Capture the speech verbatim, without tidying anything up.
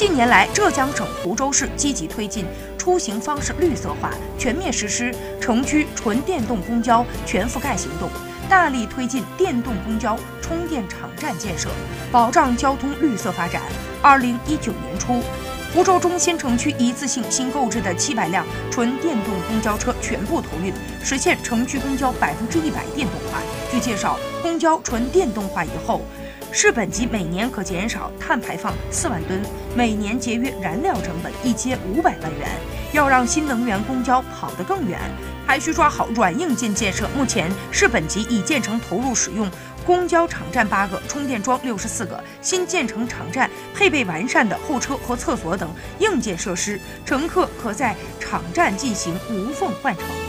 近年来，浙江省湖州市积极推进出行方式绿色化，全面实施城区纯电动公交全覆盖行动，大力推进电动公交充电场站建设，保障交通绿色发展。二零一九年初，湖州中心城区一次性新购置的七百辆纯电动公交车全部投运，实现城区公交百分之一百电动化。据介绍，公交纯电动化以后，市本级每年可减少碳排放四万吨，每年节约燃料成本一千五百万元。要让新能源公交跑得更远，还需抓好软硬件建设。目前，市本级已建成投入使用公交场站八个，充电桩六十四个，新建成场站配备完善的候车和厕所等硬件设施，乘客可在场站进行无缝换乘。